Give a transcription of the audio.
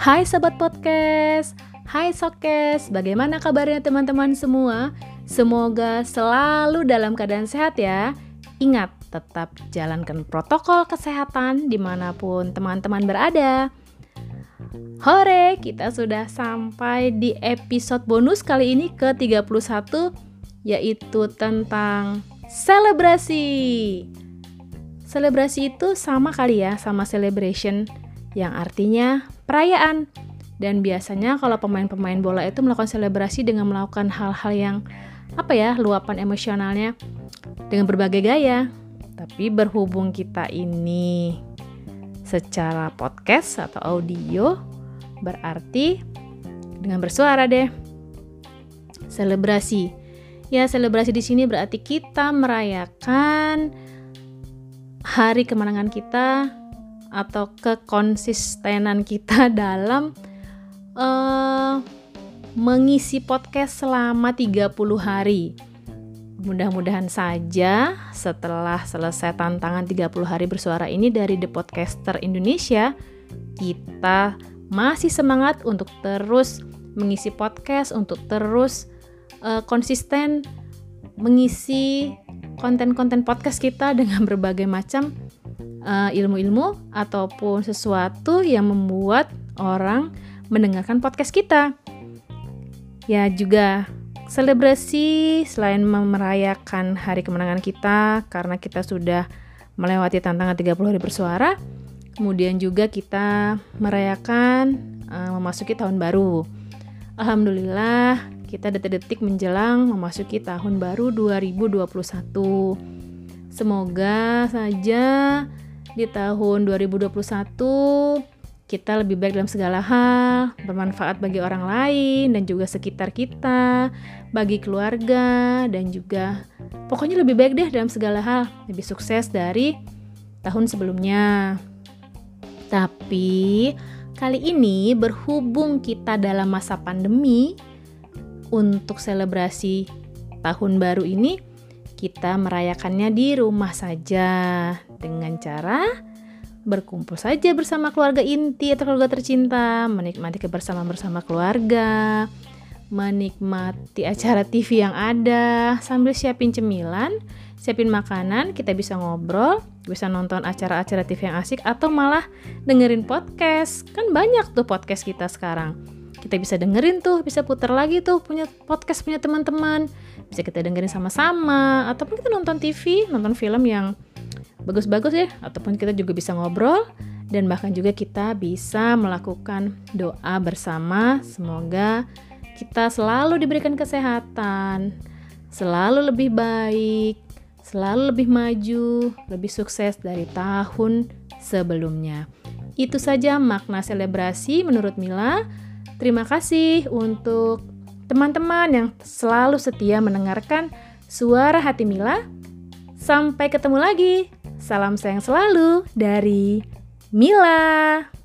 Hai Sobat Podcast, hai Sokes, bagaimana kabarnya teman-teman semua? Semoga selalu dalam keadaan sehat ya. Ingat, tetap jalankan protokol kesehatan dimanapun teman-teman berada. Hore, kita sudah sampai di episode bonus kali ini ke-31, yaitu tentang selebrasi. Selebrasi itu sama kali ya, sama celebration, yang artinya perayaan. Dan biasanya kalau pemain-pemain bola itu melakukan selebrasi dengan melakukan hal-hal yang luapan emosionalnya dengan berbagai gaya. Tapi berhubung kita ini secara podcast atau audio, berarti dengan bersuara deh. Selebrasi. Ya, selebrasi di sini berarti kita merayakan hari kemenangan kita atau kekonsistenan kita dalam mengisi podcast selama 30 hari. Mudah-mudahan saja setelah selesai tantangan 30 hari bersuara ini dari The Podcaster Indonesia, kita masih semangat untuk terus mengisi podcast, untuk terus konsisten mengisi konten-konten podcast kita dengan berbagai macam ilmu-ilmu ataupun sesuatu yang membuat orang mendengarkan podcast kita. Ya, juga selebrasi selain merayakan hari kemenangan kita karena kita sudah melewati tantangan 30 hari bersuara, kemudian juga kita merayakan memasuki tahun baru. Alhamdulillah, kita detik-detik menjelang memasuki tahun baru 2021. Semoga saja di tahun 2021 kita lebih baik dalam segala hal, bermanfaat bagi orang lain dan juga sekitar kita, bagi keluarga dan juga pokoknya lebih baik deh dalam segala hal, lebih sukses dari tahun sebelumnya. Tapi kali ini berhubung kita dalam masa pandemi, untuk selebrasi tahun baru ini kita merayakannya di rumah saja dengan cara berkumpul saja bersama keluarga inti atau keluarga tercinta, menikmati kebersamaan bersama keluarga, menikmati acara TV yang ada, sambil siapin cemilan, siapin makanan, kita bisa ngobrol, bisa nonton acara-acara TV yang asik atau malah dengerin podcast. Kan banyak tuh podcast kita sekarang. Kita bisa dengerin tuh, bisa putar lagi tuh punya podcast punya teman-teman. Bisa kita dengerin sama-sama, ataupun kita nonton TV, nonton film yang bagus-bagus ya, ataupun kita juga bisa ngobrol dan bahkan juga kita bisa melakukan doa bersama. Semoga kita selalu diberikan kesehatan, selalu lebih baik, selalu lebih maju, lebih sukses dari tahun sebelumnya. Itu saja makna selebrasi menurut Mila. Terima kasih untuk teman-teman yang selalu setia mendengarkan suara hati Mila. Sampai ketemu lagi. Salam sayang selalu dari Mila.